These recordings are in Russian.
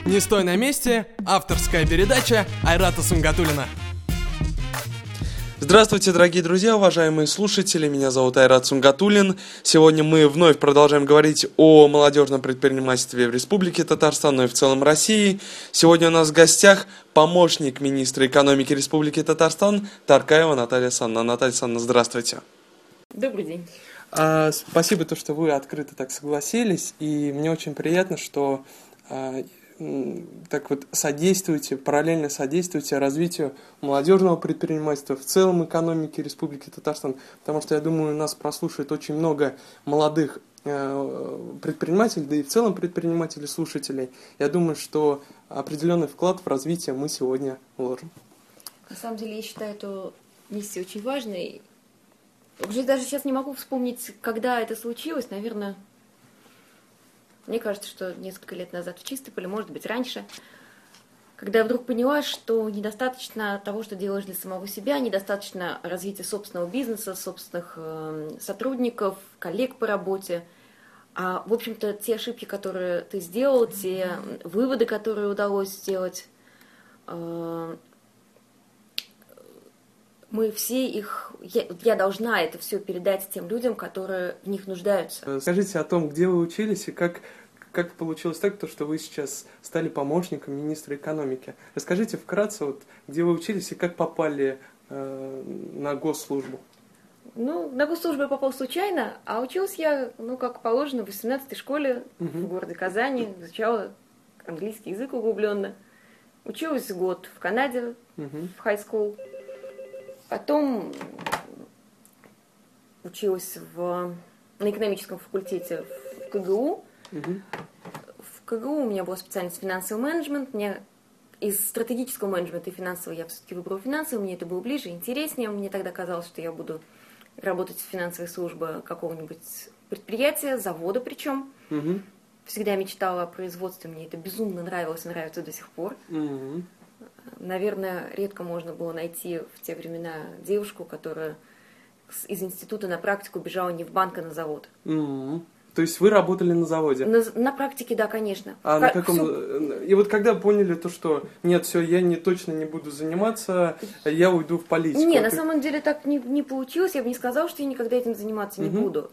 «Не стой на месте» – авторская передача Айрата Сунгатуллина. Здравствуйте, дорогие друзья, уважаемые слушатели, меня зовут Айрат Сунгатуллин. Сегодня мы вновь продолжаем говорить о молодежном предпринимательстве в Республике Татарстан, но и в целом России. Сегодня у нас в гостях помощник министра экономики Республики Татарстан Таркаева Наталья Санна. Наталья Санна, здравствуйте. Добрый день. Спасибо, что вы открыто так согласились, и мне очень приятно, что так вот параллельно содействуете развитию молодежного предпринимательства, в целом экономики Республики Татарстан, потому что, я думаю, нас прослушает очень много молодых предпринимателей, да и в целом предпринимателей, слушателей. Я думаю, что определенный вклад в развитие мы сегодня вложим. На самом деле, я считаю эту миссию очень важной. Уже даже сейчас не могу вспомнить, когда это случилось, наверное... Мне кажется, что несколько лет назад в Чистополе, может быть, раньше, когда я вдруг поняла, что недостаточно того, что делаешь для самого себя, недостаточно развития собственного бизнеса, собственных сотрудников, коллег по работе. А, в общем-то, те ошибки, которые ты сделал, те выводы, которые удалось сделать, мы все их... Я должна это все передать тем людям, которые в них нуждаются. Скажите о том, где вы учились и как получилось так, что вы сейчас стали помощником министра экономики. Расскажите вкратце, где вы учились и как попали на госслужбу. На госслужбу я попала случайно, а училась я, как положено, в 18-й школе в городе Казани, изучала английский язык углубленно. Училась год в Канаде, в high-school. Потом училась на экономическом факультете в КГУ. В КГУ у меня была специальность финансовый менеджмент. Из стратегического менеджмента и финансового я все-таки выбрала финансовый. Мне это было ближе, интереснее. Мне тогда казалось, что я буду работать в финансовой службе какого-нибудь предприятия, завода причем. Всегда мечтала о производстве. Мне это безумно нравилось и нравится до сих пор. Наверное, редко можно было найти в те времена девушку, которая из института на практику бежала не в банк, а на завод. То есть вы работали на заводе? На практике, да, конечно. А на каком... И когда поняли что нет, все, я точно не буду заниматься, я уйду в политику. Не, на самом деле так не получилось. Я бы не сказала, что я никогда этим заниматься не буду.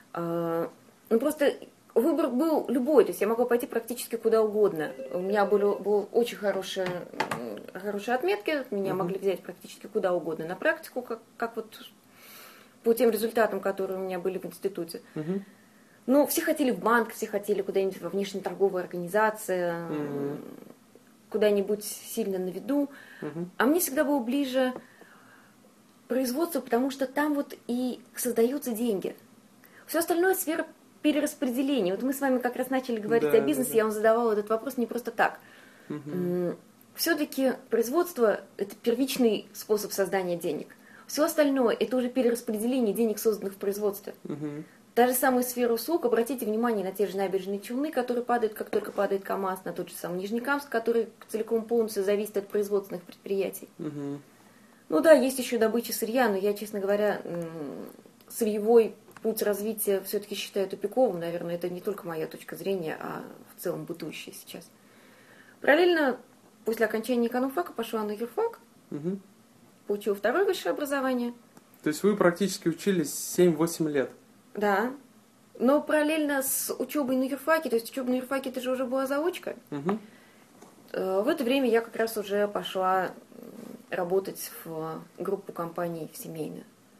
Просто выбор был любой, то есть я могла пойти практически куда угодно. У меня были очень хорошие отметки, меня могли взять практически куда угодно на практику, как по тем результатам, которые у меня были в институте. Все хотели в банк, все хотели куда-нибудь во внешнеторговую организацию, куда-нибудь сильно на виду. А мне всегда было ближе производство, потому что там и создаются деньги. Все остальное сфера перераспределения. Мы с вами как раз начали говорить о бизнесе, я вам задавала этот вопрос не просто так. Все-таки производство – это первичный способ создания денег. Все остальное – это уже перераспределение денег, созданных в производстве. Та же самая сфера услуг, обратите внимание на те же набережные Челны, которые падают, как только падает КАМАЗ, на тот же самый Нижнекамск, который целиком полностью зависит от производственных предприятий. Есть еще добыча сырья, но я, честно говоря, сырьевой путь развития все-таки считаю тупиковым. Наверное, это не только моя точка зрения, а в целом бытующая сейчас. Параллельно, после окончания экономфака, пошла на юрфак, получила второе высшее образование. То есть вы практически учились 7-8 лет? Да. Но параллельно с учебой на юрфаке, то есть учеба на юрфаке, это же уже была заочка. В это время я как раз уже пошла работать в группу компаний в семейную.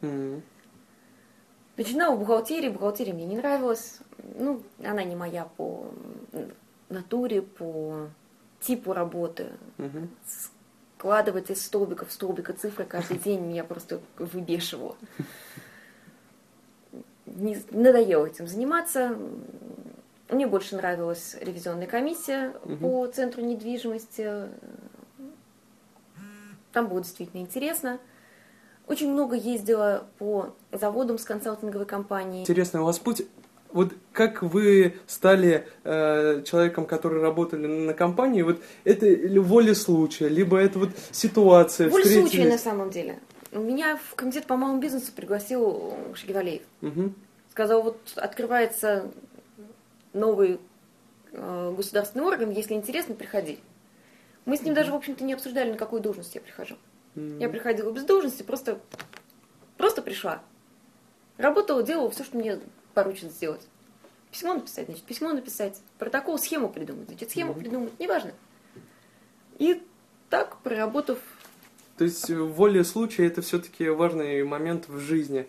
Начинала в бухгалтерии мне не нравилась. Она не моя по натуре, по типу работы. Складывать из столбика в столбика цифры каждый день меня просто выбешивало. Надоело этим заниматься. Мне больше нравилась ревизионная комиссия по центру недвижимости. Там было действительно интересно. Очень много ездила по заводам с консалтинговой компанией. Интересно, у вас путь... как вы стали человеком, который работали на компании, это воля случая, либо это ситуация? Воля случая на самом деле. Меня в комитет по малому бизнесу пригласил Шагивалеев. Сказал, открывается новый государственный орган, если интересно, приходи. Мы с ним даже, в общем-то, не обсуждали, на какую должность я прихожу. Я приходила без должности, просто пришла. Работала, делала все, что мне поручено сделать. Письмо написать, значит, письмо написать. Протокол, схему придумать, значит, схему придумать, неважно. И так, проработав... То есть воля случая — это все-таки важный момент в жизни.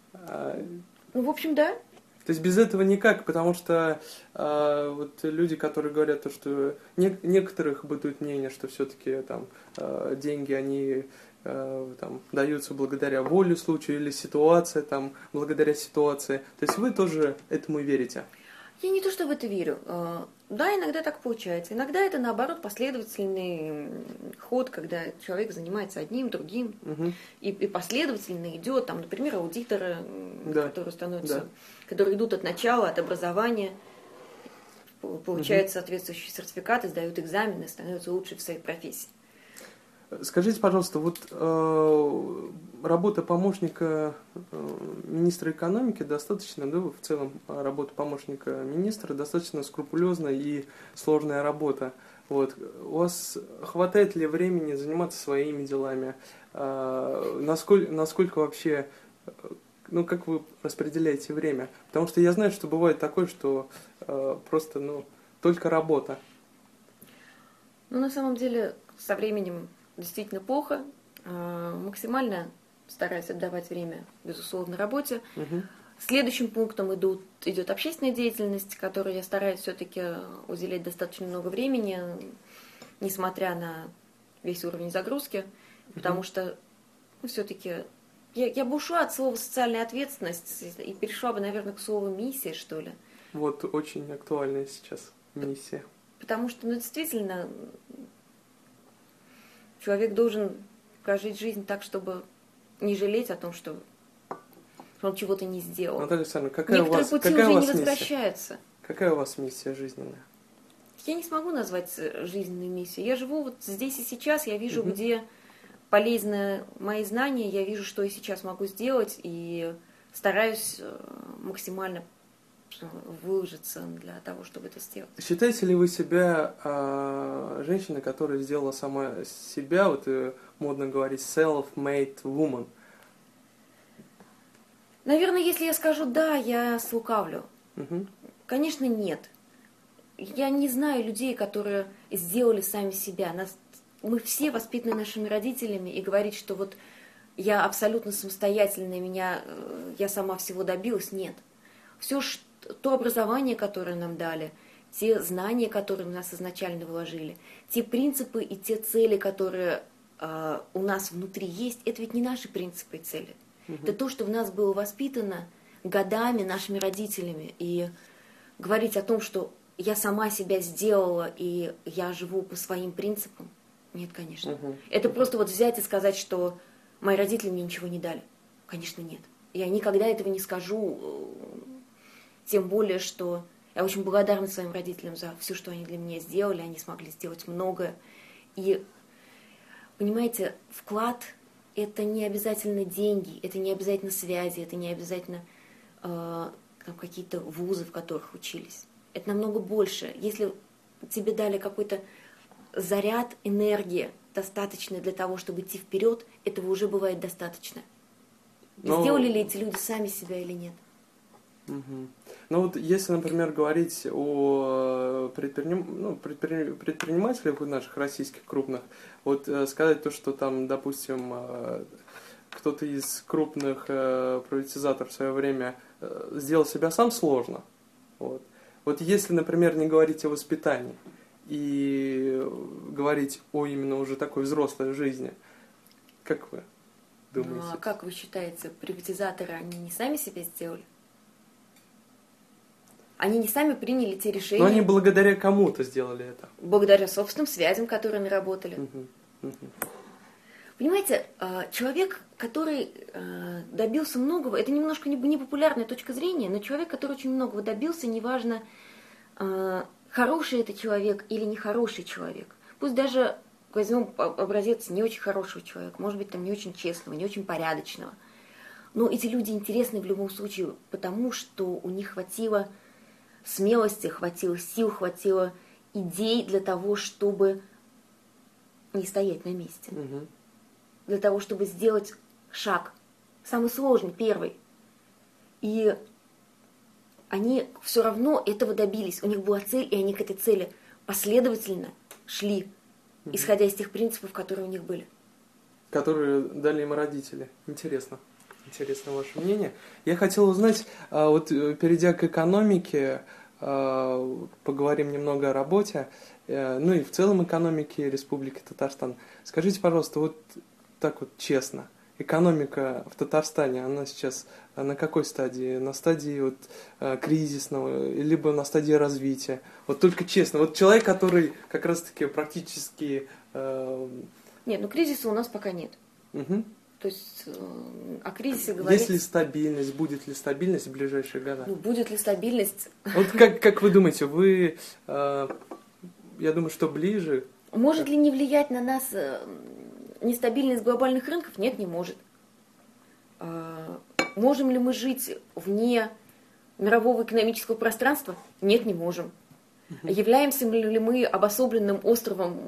Ну, в общем, да. То есть без этого никак, потому что вот люди, которые говорят, то, что некоторых бытует мнение, что все-таки там деньги, они там даются благодаря воле случаю или ситуации, там, благодаря ситуации. То есть вы тоже этому верите? Я не то, что в это верю. Да, иногда так получается. Иногда это, наоборот, последовательный ход, когда человек занимается одним, другим, и последовательно идет, там, например, аудиторы, которые идут от начала, от образования, получают соответствующие сертификаты, сдают экзамены, становятся лучше в своей профессии. Скажите, пожалуйста, вот работа помощника министра экономики достаточно, да, в целом работа помощника министра достаточно скрупулезная и сложная работа. Вот. У вас хватает ли времени заниматься своими делами? Насколько вообще, ну, как вы распределяете время? Потому что я знаю, что бывает такое, что просто, ну, только работа. Ну, на самом деле, со временем действительно плохо. Максимально стараюсь отдавать время, безусловно, работе. Следующим пунктом идет общественная деятельность, которой я стараюсь все-таки уделять достаточно много времени, несмотря на весь уровень загрузки, потому что все-таки я бы ушла от слова социальная ответственность и перешла бы, наверное, к слову миссия, что ли. Вот очень актуальная сейчас миссия. Потому что, ну, действительно, человек должен прожить жизнь так, чтобы не жалеть о том, что он чего-то не сделал. Наталья Александровна, какая у вас пути уже не возвращаются. Какая у вас миссия жизненная? Я не смогу назвать жизненную миссию. Я живу вот здесь и сейчас, я вижу, где полезны мои знания, я вижу, что я сейчас могу сделать, и стараюсь максимально выложиться для того, чтобы это сделать. Считаете ли вы себя женщиной, которая сделала сама себя, вот модно говорить, self-made woman? Наверное, если я скажу «да», я слукавлю. Конечно, нет. Я не знаю людей, которые сделали сами себя. Мы все воспитаны нашими родителями, и говорить, что вот я абсолютно самостоятельная, я сама всего добилась, нет. Все, то образование, которое нам дали, те знания, которые в нас изначально вложили, те принципы и те цели, которые у нас внутри есть, это ведь не наши принципы и цели. Это то, что в нас было воспитано годами нашими родителями. И говорить о том, что я сама себя сделала и я живу по своим принципам, нет, конечно. Это просто вот взять и сказать, что мои родители мне ничего не дали. Конечно, нет. Я никогда этого не скажу. Тем более, что я очень благодарна своим родителям за все, что они для меня сделали. Они смогли сделать многое. И, понимаете, вклад – это не обязательно деньги, это не обязательно связи, это не обязательно какие-то вузы, в которых учились. Это намного больше. Если тебе дали какой-то заряд энергии, достаточный для того, чтобы идти вперед, этого уже бывает достаточно. Сделали ли эти люди сами себя или нет? Ну вот если, например, говорить о предпринимателях наших российских крупных, вот сказать то, что там, допустим, кто-то из крупных приватизаторов в свое время сделал себя сам, сложно. Вот если, например, не говорить о воспитании и говорить о именно уже такой взрослой жизни, как вы думаете? Ну, а как вы считаете, приватизаторы, они не сами себя сделали? Они не сами приняли те решения. Но они благодаря кому-то сделали это. Благодаря собственным связям, которые наработали. Понимаете, человек, который добился многого, это немножко непопулярная точка зрения, но человек, который очень многого добился, неважно, хороший это человек или нехороший человек. Пусть даже возьмем образец не очень хорошего человека, может быть, там не очень честного, не очень порядочного. Но эти люди интересны в любом случае, потому что у них хватило смелости, хватило сил, хватило идей для того, чтобы не стоять на месте. Для того, чтобы сделать шаг. Самый сложный, первый. И они все равно этого добились. У них была цель, и они к этой цели последовательно шли, исходя из тех принципов, которые у них были. Которые дали им родители. Интересно. Интересно ваше мнение. Я хотел узнать, вот перейдя к экономике, поговорим немного о работе, ну и в целом экономике Республики Татарстан. Скажите, пожалуйста, вот так вот честно, экономика в Татарстане, она сейчас на какой стадии? На стадии вот кризисного, либо на стадии развития? Вот только честно, вот человек, который как раз-таки практически... Нет, ну кризиса у нас пока нет. Угу. То есть о кризисе говорить... Есть ли стабильность, будет ли стабильность в ближайшие годы? Ну, будет ли стабильность? Вот как вы думаете, вы, я думаю, что ближе... Может ли не влиять на нас нестабильность глобальных рынков? Нет, не может. Можем ли мы жить вне мирового экономического пространства? Нет, не можем. Являемся ли мы обособленным островом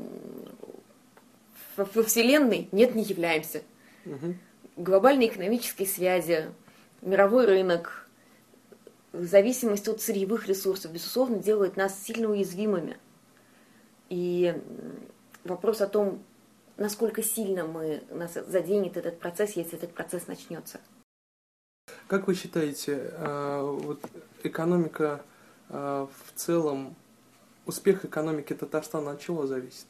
во Вселенной? Нет, не являемся. Глобальные экономические связи, мировой рынок, зависимость от сырьевых ресурсов, безусловно, делает нас сильно уязвимыми. И вопрос о том, насколько сильно нас заденет этот процесс, если этот процесс начнется. Как вы считаете, вот экономика в целом, успех экономики Татарстана от чего зависит?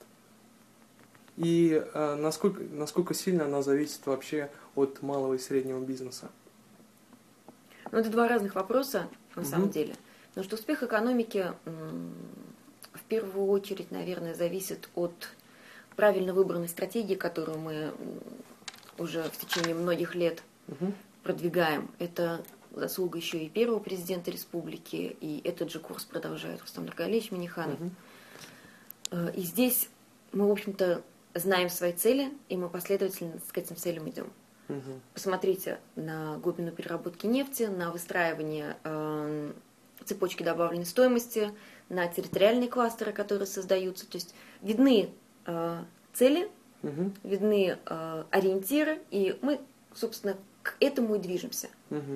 И насколько сильно она зависит вообще от малого и среднего бизнеса? Ну, это два разных вопроса, на самом деле. Потому что успех экономики в первую очередь, наверное, зависит от правильно выбранной стратегии, которую мы уже в течение многих лет продвигаем. Это заслуга еще и первого президента республики, и этот же курс продолжает Рустам Нургалиевич Минниханов. И здесь мы, в общем-то, знаем свои цели, и мы последовательно к этим целям идем. Посмотрите на глубину переработки нефти, на выстраивание цепочки добавленной стоимости, на территориальные кластеры, которые создаются. То есть видны цели, видны ориентиры, и мы, собственно, к этому и движемся.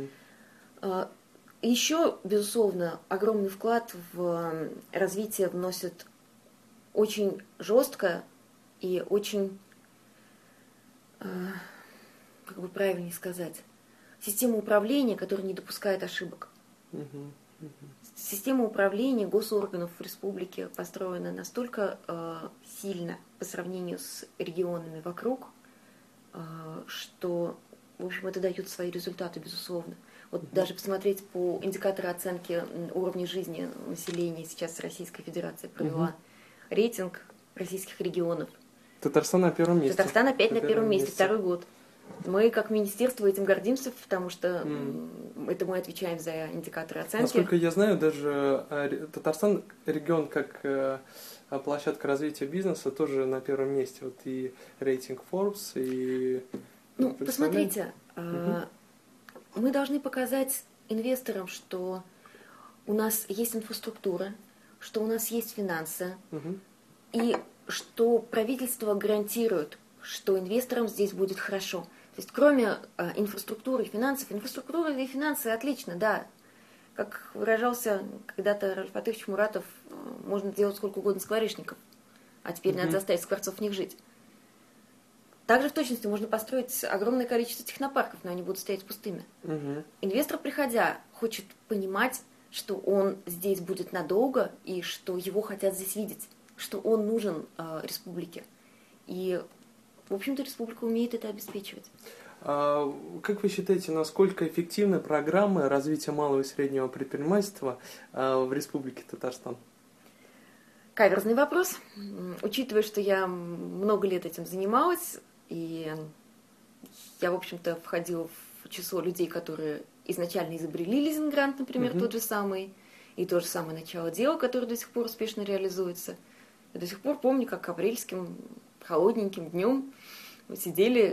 Еще, безусловно, огромный вклад в развитие вносит очень жесткое и очень, как бы правильнее сказать, система управления, которая не допускает ошибок. Система управления госорганов в республике построена настолько сильно по сравнению с регионами вокруг, что, в общем, это дает свои результаты, безусловно. Вот даже посмотреть по индикатору оценки уровня жизни населения, сейчас Российская Федерация провела рейтинг российских регионов. Татарстан на первом месте. Татарстан опять на первом месте, второй год. Мы, как министерство, этим гордимся, потому что это мы отвечаем за индикаторы оценки. Насколько я знаю, даже Татарстан, регион как площадка развития бизнеса, тоже на первом месте. Вот и рейтинг Forbes, и... Ну, посмотрите, мы должны показать инвесторам, что у нас есть инфраструктура, что у нас есть финансы, и что правительство гарантирует, что инвесторам здесь будет хорошо. То есть кроме инфраструктуры и финансов, инфраструктура и финансы отлично, да. Как выражался когда-то Ральф Фатыхович Муратов, можно делать сколько угодно скворечников, а теперь надо заставить скворцов в них жить. Также в точности можно построить огромное количество технопарков, но они будут стоять пустыми. Инвестор, приходя, хочет понимать, что он здесь будет надолго и что его хотят здесь видеть, что он нужен республике. И, в общем-то, республика умеет это обеспечивать. Как вы считаете, насколько эффективны программы развития малого и среднего предпринимательства в Республике Татарстан? Каверзный вопрос. Учитывая, что я много лет этим занималась, и я, в общем-то, входила в число людей, которые изначально изобрели лизинг-грант, например, тот же самый, и то же самое начало дела, которое до сих пор успешно реализуется. Я до сих пор помню, как апрельским холодненьким днем мы сидели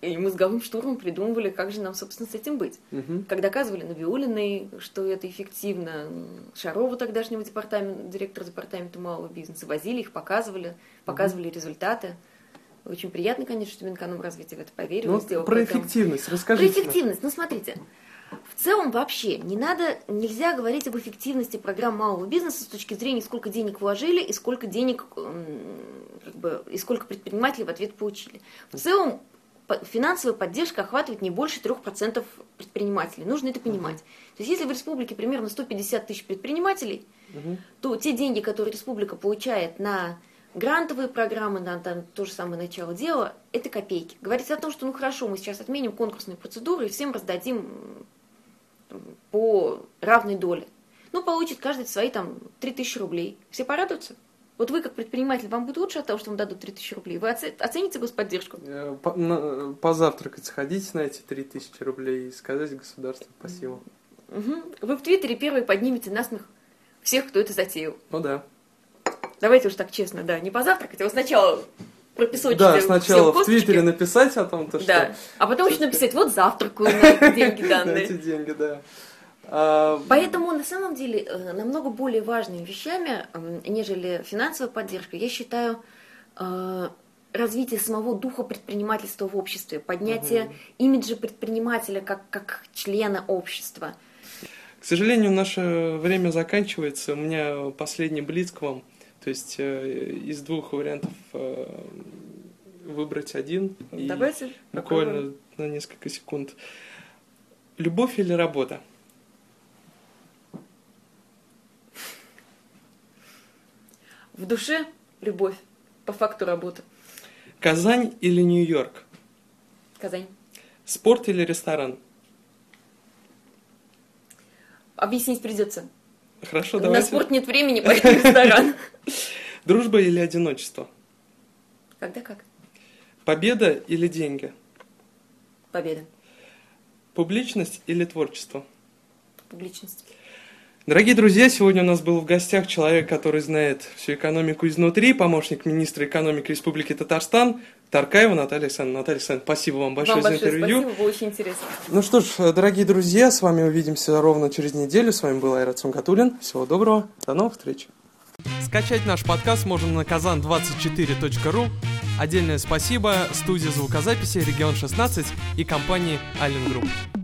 И мозговым штурмом придумывали, как же нам, собственно, с этим быть. Как доказывали Набиуллиной, что это эффективно. Шарова, тогдашнего директора департамента малого бизнеса, возили их, показывали результаты. Очень приятно, конечно, что Минэкономразвития в это поверил. Про эффективность расскажите. Про эффективность. Смотрите. В целом вообще нельзя говорить об эффективности программ малого бизнеса с точки зрения, сколько денег вложили и сколько денег, и сколько предпринимателей в ответ получили. В целом финансовая поддержка охватывает не больше 3% предпринимателей. Нужно это понимать. То есть если в республике примерно 150 тысяч предпринимателей, то те деньги, которые республика получает на грантовые программы, на то же самое начало дела, это копейки. Говорить о том, что хорошо, мы сейчас отменим конкурсные процедуры и всем раздадим по равной доле. Получит каждый свои 3000 рублей. Все порадуются? Вот вы, как предприниматель, вам будет лучше от того, что вам дадут 3000 рублей? Вы оцените господдержку? Позавтракать сходите на эти 3000 рублей и сказать государству спасибо. Вы в Твиттере первые поднимете насмех всех, кто это затеял. Да. Давайте уж так честно, не позавтракать, а вот сначала прописать. Да, сначала в Твиттере написать о том, что... Да, а потом еще написать, вот завтракаю на эти деньги данные. На эти деньги, да. Поэтому на самом деле намного более важными вещами, нежели финансовая поддержка, я считаю развитие самого духа предпринимательства в обществе, поднятие имиджа предпринимателя как члена общества. К сожалению, наше время заканчивается. У меня последний блиц к вам. То есть из двух вариантов выбрать один. Давайте буквально попробуем. На несколько секунд. Любовь или работа? В душе любовь, по факту работа. Казань или Нью-Йорк? Казань. Спорт или ресторан? Объяснить придется. Хорошо, давайте. На спорт нет времени, поэтому ресторан. Дружба или одиночество? Когда как? Победа или деньги? Победа. Публичность или творчество? Публичность. Дорогие друзья, сегодня у нас был в гостях человек, который знает всю экономику изнутри, помощник министра экономики Республики Татарстан, Таркаева Наталья Александровна. Наталья Александровна, спасибо вам большое за интервью. Спасибо, было очень интересно. Ну что ж, дорогие друзья, с вами увидимся ровно через неделю. С вами был Айрат Сунгатуллин. Всего доброго, до новых встреч. Скачать наш подкаст можно на kazan24.ru. Отдельное спасибо студии звукозаписи «Регион 16» и компании «Аллен Групп».